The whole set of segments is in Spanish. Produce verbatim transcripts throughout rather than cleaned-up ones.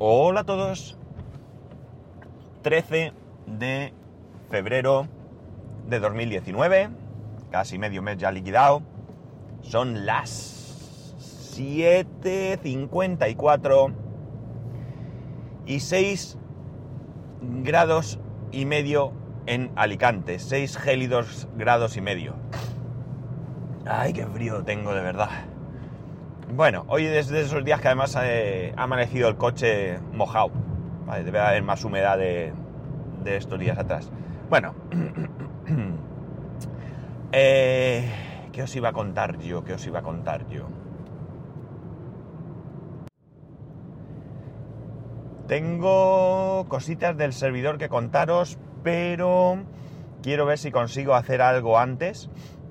Hola a todos. trece de febrero de dos mil diecinueve, casi medio mes ya liquidado. Son las siete cincuenta y cuatro y seis grados y medio en Alicante, seis gélidos grados y medio. Ay, qué frío tengo de verdad. Bueno, hoy es de esos días que además eh, ha amanecido el coche mojado. Vale, debe haber más humedad de, de estos días atrás. Bueno, eh, ¿qué os iba a contar yo? ¿Qué os iba a contar yo? Tengo cositas del servidor que contaros, pero quiero ver si consigo hacer algo antes,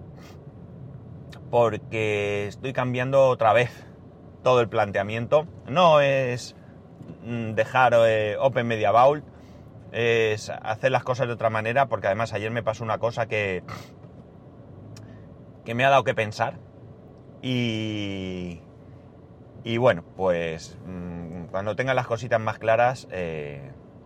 porque estoy cambiando otra vez todo el planteamiento. No es dejar eh, Open Media Vault, es hacer las cosas de otra manera, porque además ayer me pasó una cosa que, que me ha dado que pensar y, y bueno, pues mmm, cuando tenga las cositas más claras eh,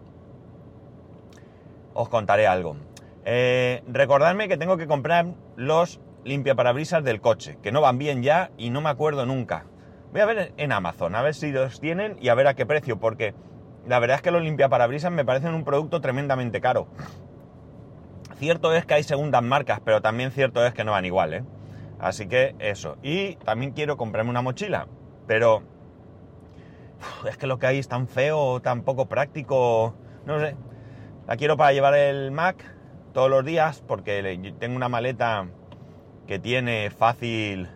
os contaré algo. Eh, recordadme que tengo que comprar los limpiaparabrisas del coche, que no van bien ya y no me acuerdo nunca. Voy a ver en Amazon, a ver si los tienen y a ver a qué precio, porque la verdad es que los limpiaparabrisas me parecen un producto tremendamente caro. Cierto es que hay segundas marcas, pero también cierto es que no van igual, ¿eh? Así que eso. Y también quiero comprarme una mochila, pero uf, es que lo que hay es tan feo, tan poco práctico, no sé. La quiero para llevar el Mac todos los días, porque tengo una maleta que tiene fácil,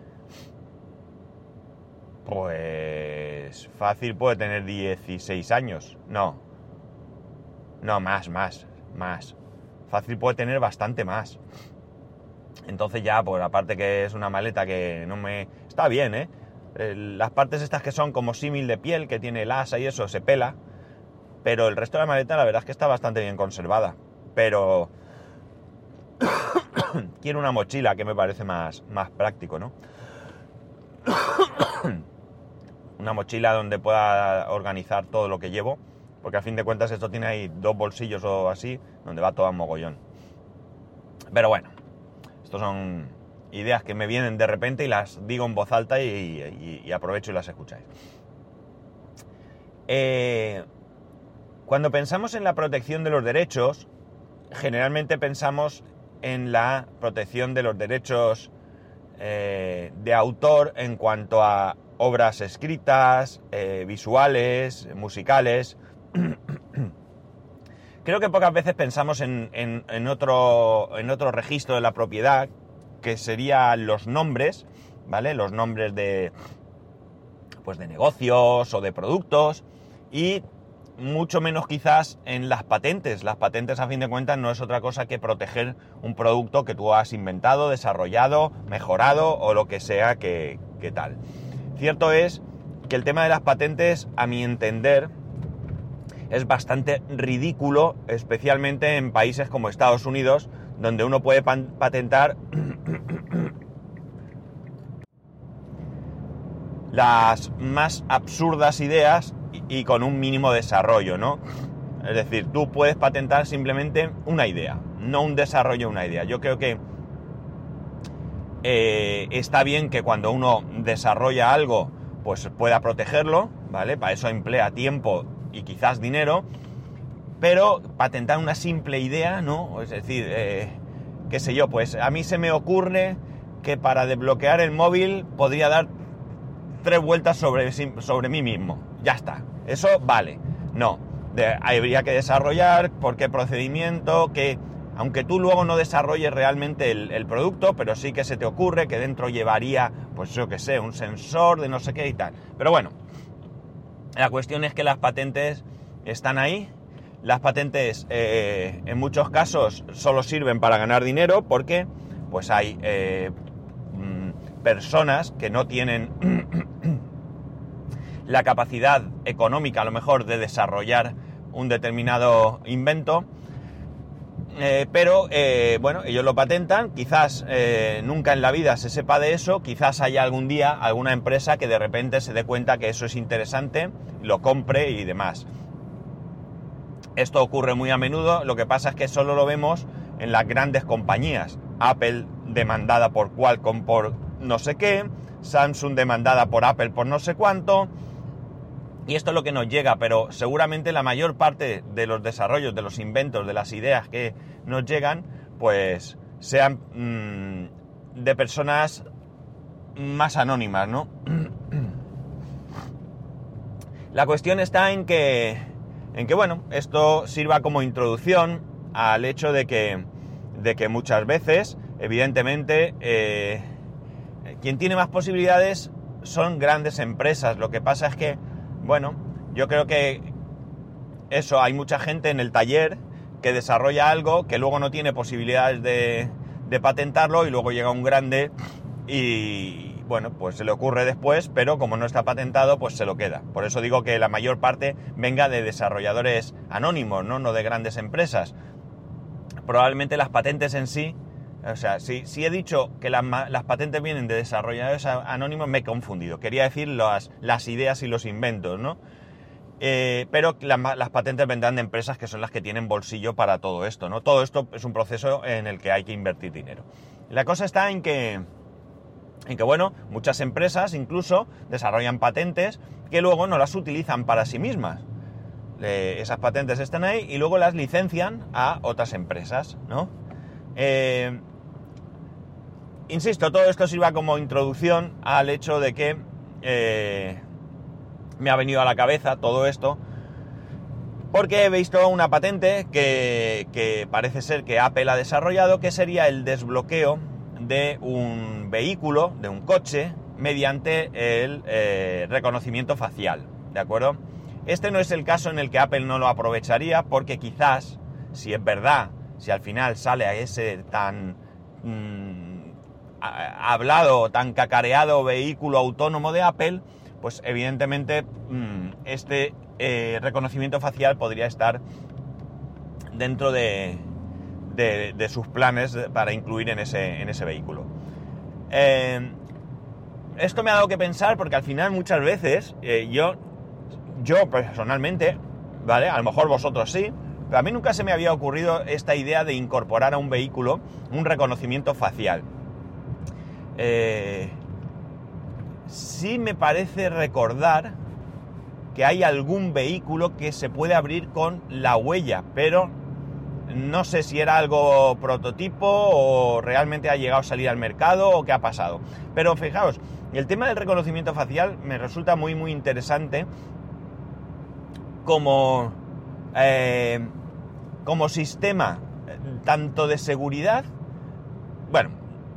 pues fácil puede tener dieciséis años, no, no, más, más, más, fácil puede tener bastante más. Entonces ya, pues aparte que es una maleta que no me... está bien, ¿eh? Las partes estas que son como símil de piel, que tiene el asa y eso, se pela, pero el resto de la maleta la verdad es que está bastante bien conservada, pero... quiero una mochila que me parece más, más práctico, ¿no? Una mochila donde pueda organizar todo lo que llevo, porque a fin de cuentas esto tiene ahí dos bolsillos o así, donde va todo a mogollón. Pero bueno, estos son ideas que me vienen de repente y las digo en voz alta y, y, y aprovecho y las escucháis. Eh, cuando pensamos en la protección de los derechos, generalmente pensamos en la protección de los derechos eh, de autor en cuanto a obras escritas, eh, visuales, musicales. Creo que pocas veces pensamos en, en, en, otro, en otro registro de la propiedad, que serían los nombres, ¿vale? Los nombres de, pues de negocios o de productos, y mucho menos quizás en las patentes. Las patentes, a fin de cuentas, no es otra cosa que proteger un producto que tú has inventado, desarrollado, mejorado o lo que sea que, que tal. Cierto es que el tema de las patentes, a mi entender, es bastante ridículo, especialmente en países como Estados Unidos, donde uno puede patentar las más absurdas ideas y con un mínimo desarrollo, ¿no? Es decir, tú puedes patentar simplemente una idea, no un desarrollo de una idea. Yo creo que eh, está bien que cuando uno desarrolla algo, pues pueda protegerlo, ¿vale? Para eso emplea tiempo y quizás dinero, pero patentar una simple idea, ¿no? Es decir, eh, qué sé yo, pues a mí se me ocurre que para desbloquear el móvil podría dar tres vueltas sobre, sobre mí mismo. Ya está. Eso vale. No. De, habría que desarrollar por qué procedimiento, que aunque tú luego no desarrolles realmente el, el producto, pero sí que se te ocurre que dentro llevaría, pues yo qué sé, un sensor de no sé qué y tal. Pero bueno, la cuestión es que las patentes están ahí. Las patentes eh, en muchos casos solo sirven para ganar dinero, porque pues hay eh, personas que no tienen la capacidad económica a lo mejor de desarrollar un determinado invento, Eh, pero, eh, bueno, ellos lo patentan, quizás eh, nunca en la vida se sepa de eso, quizás haya algún día alguna empresa que de repente se dé cuenta que eso es interesante, lo compre y demás. Esto ocurre muy a menudo, lo que pasa es que solo lo vemos en las grandes compañías. Apple demandada por Qualcomm por no sé qué, Samsung demandada por Apple por no sé cuánto, y esto es lo que nos llega, pero seguramente la mayor parte de los desarrollos, de los inventos, de las ideas que nos llegan, pues sean mmm, de personas más anónimas, ¿no? La cuestión está en que, en que, bueno, esto sirva como introducción al hecho de que, de que muchas veces, evidentemente, eh, quien tiene más posibilidades son grandes empresas. Lo que pasa es que, bueno, yo creo que eso, hay mucha gente en el taller que desarrolla algo que luego no tiene posibilidades de, de patentarlo y luego llega un grande y, bueno, pues se le ocurre después, pero como no está patentado, pues se lo queda. Por eso digo que la mayor parte venga de desarrolladores anónimos, ¿no? No de grandes empresas. Probablemente las patentes en sí, o sea, si, si he dicho que las, las patentes vienen de desarrolladores anónimos, me he confundido. Quería decir las, las ideas y los inventos, ¿no? Eh, pero las, las patentes vendrán de empresas que son las que tienen bolsillo para todo esto, ¿no? Todo esto es un proceso en el que hay que invertir dinero. La cosa está en que, en que bueno, muchas empresas incluso desarrollan patentes que luego no las utilizan para sí mismas. Eh, esas patentes están ahí y luego las licencian a otras empresas, ¿no? Eh, Insisto, todo esto sirva como introducción al hecho de que eh, me ha venido a la cabeza todo esto, porque he visto una patente que, que parece ser que Apple ha desarrollado, que sería el desbloqueo de un vehículo, de un coche, mediante el eh, reconocimiento facial, ¿de acuerdo? Este no es el caso en el que Apple no lo aprovecharía, porque quizás, si es verdad, si al final sale a ese tan mmm, hablado, tan cacareado vehículo autónomo de Apple, pues evidentemente mmm, este eh, reconocimiento facial podría estar dentro de, de, de sus planes para incluir en ese, en ese vehículo. Eh, esto me ha dado que pensar porque al final muchas veces eh, yo, yo personalmente, ¿vale? A lo mejor vosotros sí, pero a mí nunca se me había ocurrido esta idea de incorporar a un vehículo un reconocimiento facial. Eh, sí me parece recordar que hay algún vehículo que se puede abrir con la huella, pero no sé si era algo prototipo o realmente ha llegado a salir al mercado o qué ha pasado. Pero fijaos, el tema del reconocimiento facial me resulta muy muy interesante como, eh, como sistema tanto de seguridad, bueno,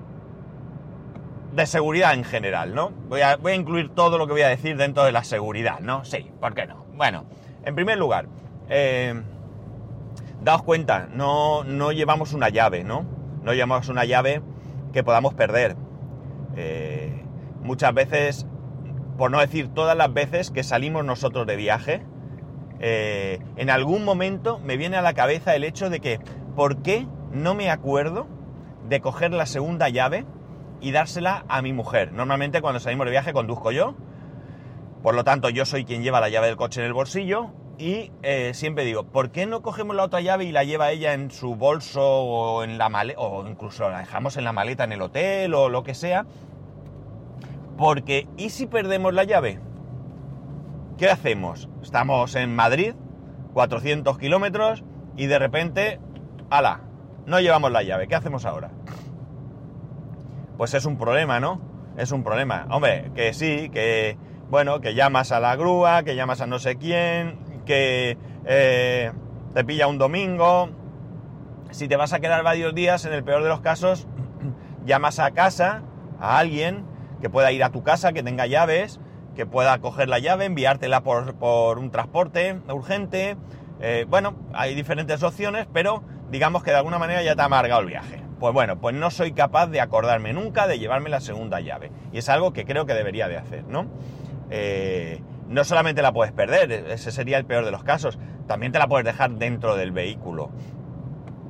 de seguridad en general, ¿no? Voy a, voy a incluir todo lo que voy a decir dentro de la seguridad, ¿no? Sí, ¿por qué no? Bueno, en primer lugar, eh, daos cuenta, no, no llevamos una llave, ¿no? No llevamos una llave que podamos perder. Eh, muchas veces, por no decir todas las veces que salimos nosotros de viaje, eh, en algún momento me viene a la cabeza el hecho de que, ¿por qué no me acuerdo de coger la segunda llave y dársela a mi mujer? Normalmente cuando salimos de viaje conduzco yo, por lo tanto yo soy quien lleva la llave del coche en el bolsillo y eh, siempre digo, ¿por qué no cogemos la otra llave y la lleva ella en su bolso o en la maleta, o incluso la dejamos en la maleta en el hotel o lo que sea? Porque ¿y si perdemos la llave? ¿Qué hacemos? Estamos en Madrid, cuatrocientos kilómetros, y de repente, ¡hala!, no llevamos la llave. ¿Qué hacemos ahora? Pues es un problema, ¿no? Es un problema. Hombre, que sí, que, bueno, que llamas a la grúa, que llamas a no sé quién, que eh, te pilla un domingo. Si te vas a quedar varios días, en el peor de los casos, llamas a casa, a alguien que pueda ir a tu casa, que tenga llaves, que pueda coger la llave, enviártela por, por un transporte urgente. Eh, bueno, hay diferentes opciones, pero digamos que de alguna manera ya te ha amargado el viaje. Pues bueno, pues no soy capaz de acordarme nunca de llevarme la segunda llave. Y es algo que creo que debería de hacer, ¿no? Eh, no solamente la puedes perder, ese sería el peor de los casos, también te la puedes dejar dentro del vehículo.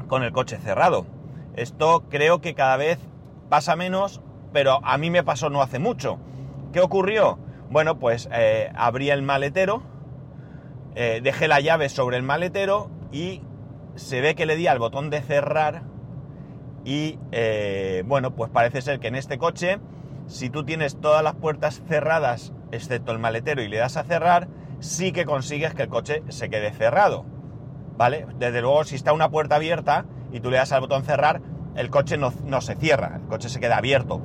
con el coche cerrado. Esto creo que cada vez pasa menos, pero a mí me pasó no hace mucho. ¿Qué ocurrió? Bueno, pues eh, abrí el maletero, eh, dejé la llave sobre el maletero y se ve que le di al botón de cerrar y, eh, bueno, pues parece ser que en este coche, si tú tienes todas las puertas cerradas, excepto el maletero, y le das a cerrar, sí que consigues que el coche se quede cerrado, ¿vale? Desde luego, si está una puerta abierta y tú le das al botón cerrar, el coche no, no se cierra, el coche se queda abierto.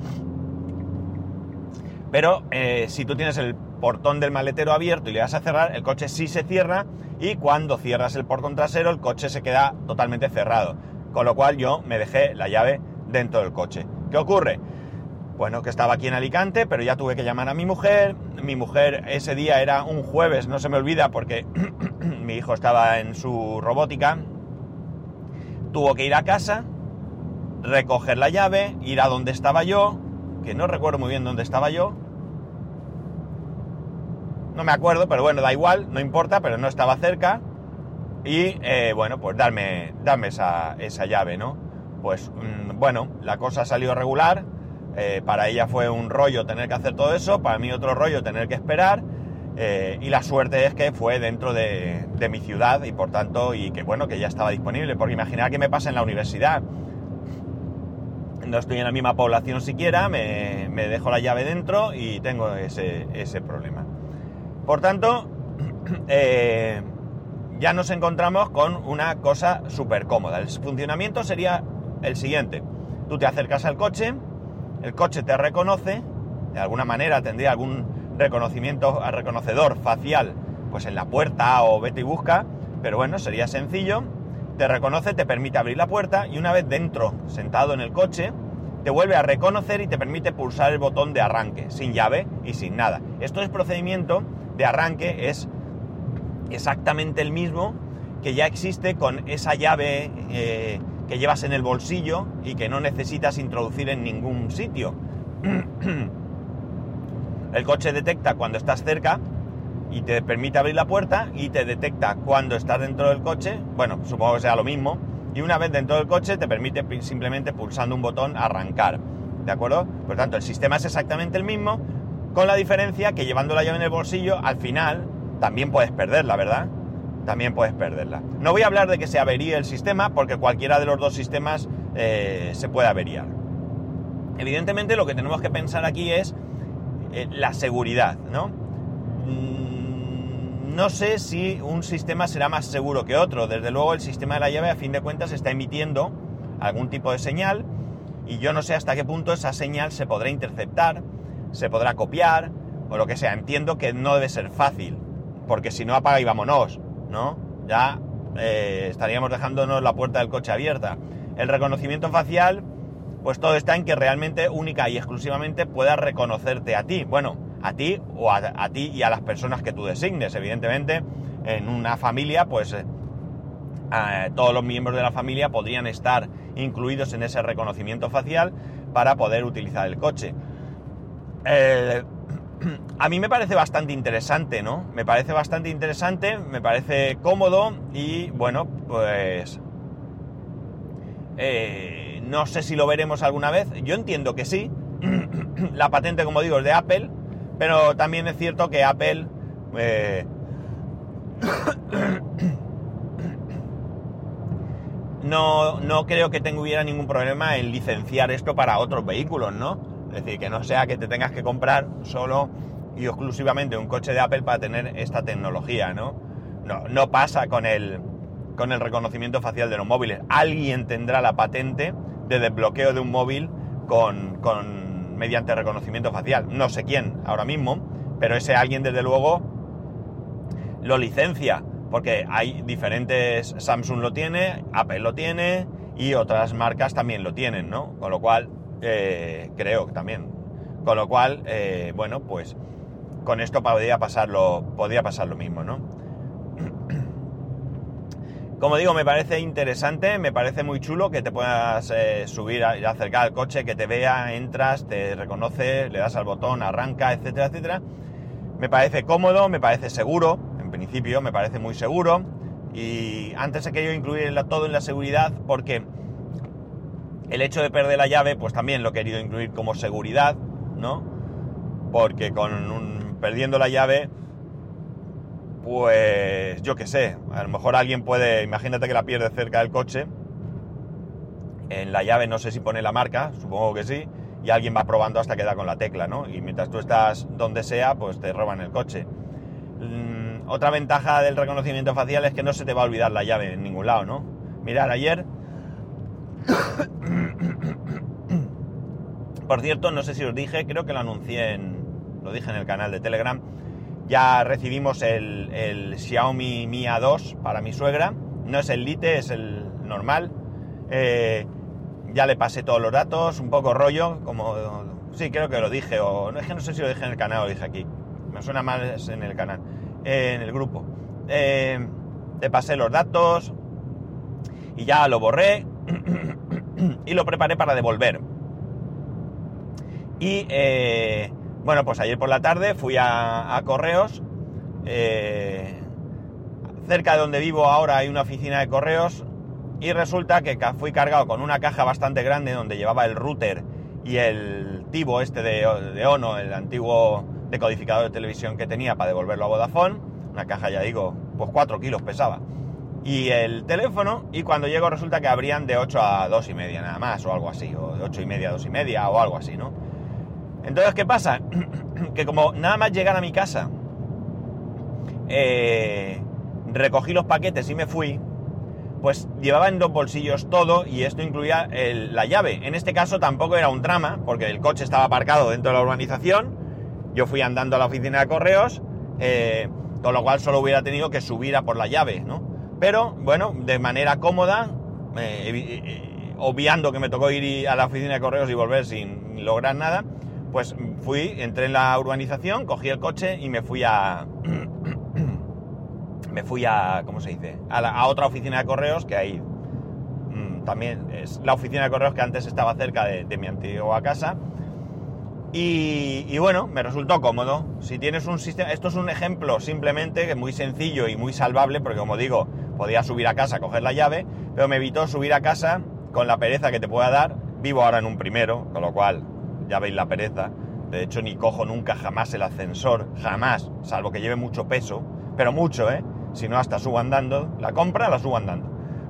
Pero eh, si tú tienes el portón del maletero abierto y le das a cerrar, el coche sí se cierra, y cuando cierras el portón trasero, el coche se queda totalmente cerrado. Con lo cual yo me dejé la llave dentro del coche. ¿Qué ocurre? Bueno, que estaba aquí en Alicante, pero ya tuve que llamar a mi mujer. Mi mujer ese día era un jueves, no se me olvida, porque mi hijo estaba en su robótica. Tuvo que ir a casa, recoger la llave, ir a donde estaba yo, que no recuerdo muy bien dónde estaba yo. No me acuerdo, pero bueno, da igual, no importa, pero no estaba cerca. Y, eh, bueno, pues darme, darme esa, esa llave, ¿no? Pues, mmm, bueno, la cosa salió regular. Eh, para ella fue un rollo tener que hacer todo eso, para mí otro rollo tener que esperar. Eh, y la suerte es que fue dentro de, de mi ciudad y por tanto, y que bueno, que ya estaba disponible. Porque imaginad que me pasa en la universidad. No estoy en la misma población siquiera, me, me dejo la llave dentro y tengo ese, ese problema. Por tanto, eh, ya nos encontramos con una cosa súper cómoda. El funcionamiento sería el siguiente. Tú te acercas al coche, el coche te reconoce, de alguna manera tendría algún reconocimiento, reconocedor facial, pues en la puerta o vete y busca, pero bueno, sería sencillo. Te reconoce, te permite abrir la puerta y una vez dentro, sentado en el coche, te vuelve a reconocer y te permite pulsar el botón de arranque, sin llave y sin nada. Esto es procedimiento de arranque, es exactamente el mismo que ya existe con esa llave eh, que llevas en el bolsillo y que no necesitas introducir en ningún sitio. El coche detecta cuando estás cerca y te permite abrir la puerta, y te detecta cuando estás dentro del coche, bueno, supongo que sea lo mismo, y una vez dentro del coche te permite simplemente pulsando un botón arrancar, ¿de acuerdo? Por tanto, el sistema es exactamente el mismo, con la diferencia que llevando la llave en el bolsillo, al final también puedes perderla, ¿verdad? También puedes perderla. No voy a hablar de que se averíe el sistema, porque cualquiera de los dos sistemas eh, se puede averiar. Evidentemente lo que tenemos que pensar aquí es eh, la seguridad, ¿no? No sé si un sistema será más seguro que otro. Desde luego el sistema de la llave, a fin de cuentas, está emitiendo algún tipo de señal, y yo no sé hasta qué punto esa señal se podrá interceptar, se podrá copiar o lo que sea. Entiendo que no debe ser fácil, porque si no, apaga y vámonos, ¿no? Ya eh, estaríamos dejándonos la puerta del coche abierta. El reconocimiento facial, pues todo está en que realmente única y exclusivamente pueda reconocerte a ti. Bueno, a ti o a, a ti y a las personas que tú designes. Evidentemente, en una familia, pues eh, eh, todos los miembros de la familia podrían estar incluidos en ese reconocimiento facial para poder utilizar el coche. Eh, a mí me parece bastante interesante, ¿no? Me parece bastante interesante, me parece cómodo y, bueno, pues eh, no sé si lo veremos alguna vez. Yo entiendo que sí. La patente, como digo, es de Apple, pero también es cierto que Apple eh, no, no creo que tuviera ningún problema en licenciar esto para otros vehículos, ¿no? Es decir, que no sea que te tengas que comprar solo y exclusivamente un coche de Apple para tener esta tecnología, ¿no? No, no pasa con el, con el reconocimiento facial de los móviles. Alguien tendrá la patente de desbloqueo de un móvil con... con mediante reconocimiento facial. No sé quién ahora mismo, pero ese alguien desde luego lo licencia, porque hay diferentes, Samsung lo tiene, Apple lo tiene y otras marcas también lo tienen, ¿no? Con lo cual, eh, creo que también. Con lo cual, eh, bueno, pues con esto podría pasar lo, podría pasar lo mismo, ¿no? Como digo, me parece interesante, me parece muy chulo que te puedas eh, subir y acercar al coche, que te vea, entras, te reconoce, le das al botón, arranca, etcétera, etcétera. Me parece cómodo, me parece seguro, en principio me parece muy seguro. Y antes he querido incluir todo en la seguridad porque el hecho de perder la llave, pues también lo he querido incluir como seguridad, ¿no? Porque con un, perdiendo la llave, pues yo qué sé, a lo mejor alguien puede, imagínate que la pierde cerca del coche, en la llave no sé si pone la marca, supongo que sí, y alguien va probando hasta que da con la tecla, ¿no? Y mientras tú estás donde sea, pues te roban el coche. Mm, otra ventaja del reconocimiento facial es que no se te va a olvidar la llave en ningún lado, ¿no? Mirad, ayer... Por cierto, no sé si os dije, creo que lo anuncié en... lo dije en el canal de Telegram, ya recibimos el, el Xiaomi Mi A dos para mi suegra, no es el Lite, es el normal, eh, ya le pasé todos los datos, un poco rollo, como... sí, creo que lo dije, o es que no sé si lo dije en el canal o lo dije aquí, me suena más en el canal, eh, en el grupo. Eh, le pasé los datos y ya lo borré y lo preparé para devolver. Y eh, bueno, pues ayer por la tarde fui a, a Correos. Eh, cerca de donde vivo ahora hay una oficina de Correos y resulta que fui cargado con una caja bastante grande donde llevaba el router y el tibo este de, de Ono, el antiguo decodificador de televisión que tenía para devolverlo a Vodafone. Una caja, ya digo, pues cuatro kilos pesaba. Y el teléfono, y cuando llego resulta que abrían de ocho a dos y media nada más, o algo así, o de ocho y media a dos y media, o algo así, ¿no? Entonces, ¿qué pasa? Que como nada más llegar a mi casa, eh, recogí los paquetes y me fui, pues llevaba en dos bolsillos todo y esto incluía el, la llave. En este caso tampoco era un drama, porque el coche estaba aparcado dentro de la urbanización, yo fui andando a la oficina de Correos, eh, con lo cual solo hubiera tenido que subir a por la llave, ¿no? Pero, bueno, de manera cómoda, eh, eh, obviando que me tocó ir a la oficina de Correos y volver sin lograr nada, pues fui, entré en la urbanización, cogí el coche y me fui a... me fui a... ¿cómo se dice? A, la, a otra oficina de Correos que hay... Mmm, también es la oficina de Correos que antes estaba cerca de, de mi antigua casa. Y, y bueno, me resultó cómodo. Si tienes un sistema... Esto es un ejemplo simplemente que muy sencillo y muy salvable, porque como digo, podía subir a casa, coger la llave, pero me evitó subir a casa con la pereza que te pueda dar. Vivo ahora en un primero, con lo cual... ya veis la pereza, de hecho ni cojo nunca jamás el ascensor, jamás, salvo que lleve mucho peso, pero mucho, ¿eh? Si no hasta subo andando, la compra la subo andando.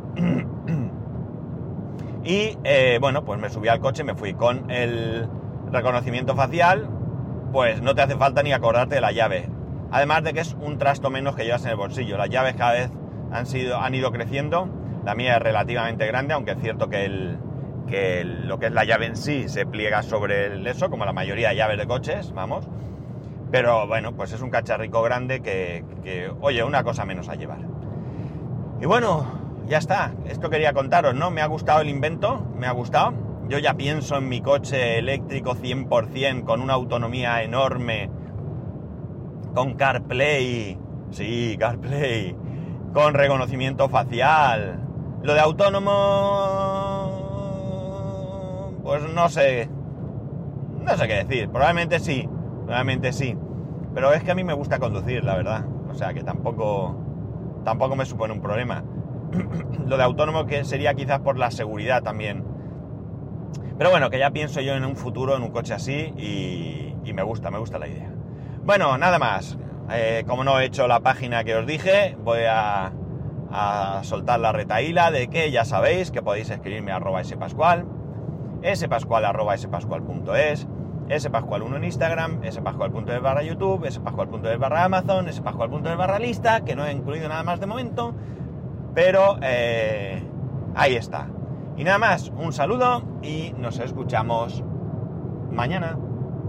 Y eh, bueno, pues me subí al coche, me fui con el reconocimiento facial, pues no te hace falta ni acordarte de la llave, además de que es un trasto menos que llevas en el bolsillo. Las llaves cada vez han, sido, han ido creciendo, la mía es relativamente grande, aunque es cierto que el... que lo que es la llave en sí se pliega sobre el eso, como la mayoría de llaves de coches, vamos. Pero bueno, pues es un cacharrico grande que, que, oye, una cosa menos a llevar. Y bueno, ya está. Esto quería contaros, ¿no? Me ha gustado el invento, me ha gustado. Yo ya pienso en mi coche eléctrico cien por ciento, con una autonomía enorme, con CarPlay, sí, CarPlay, con reconocimiento facial. Lo de autónomo... pues no sé, no sé qué decir, probablemente sí, probablemente sí, pero es que a mí me gusta conducir, la verdad, o sea que tampoco, tampoco me supone un problema. Lo de autónomo que sería quizás por la seguridad también, pero bueno, que ya pienso yo en un futuro en un coche así y, y me gusta, me gusta la idea. Bueno, nada más, eh, como no he hecho la página que os dije, voy a, a soltar la retahíla de que ya sabéis que podéis escribirme a arroba spascual, spascual arroba spascual punto es, spascual uno en Instagram, spascual punto es barra YouTube, spascual punto es barra Amazon, spascual punto es barra lista, que no he incluido nada más de momento, pero eh, ahí está. Y nada más, un saludo y nos escuchamos mañana.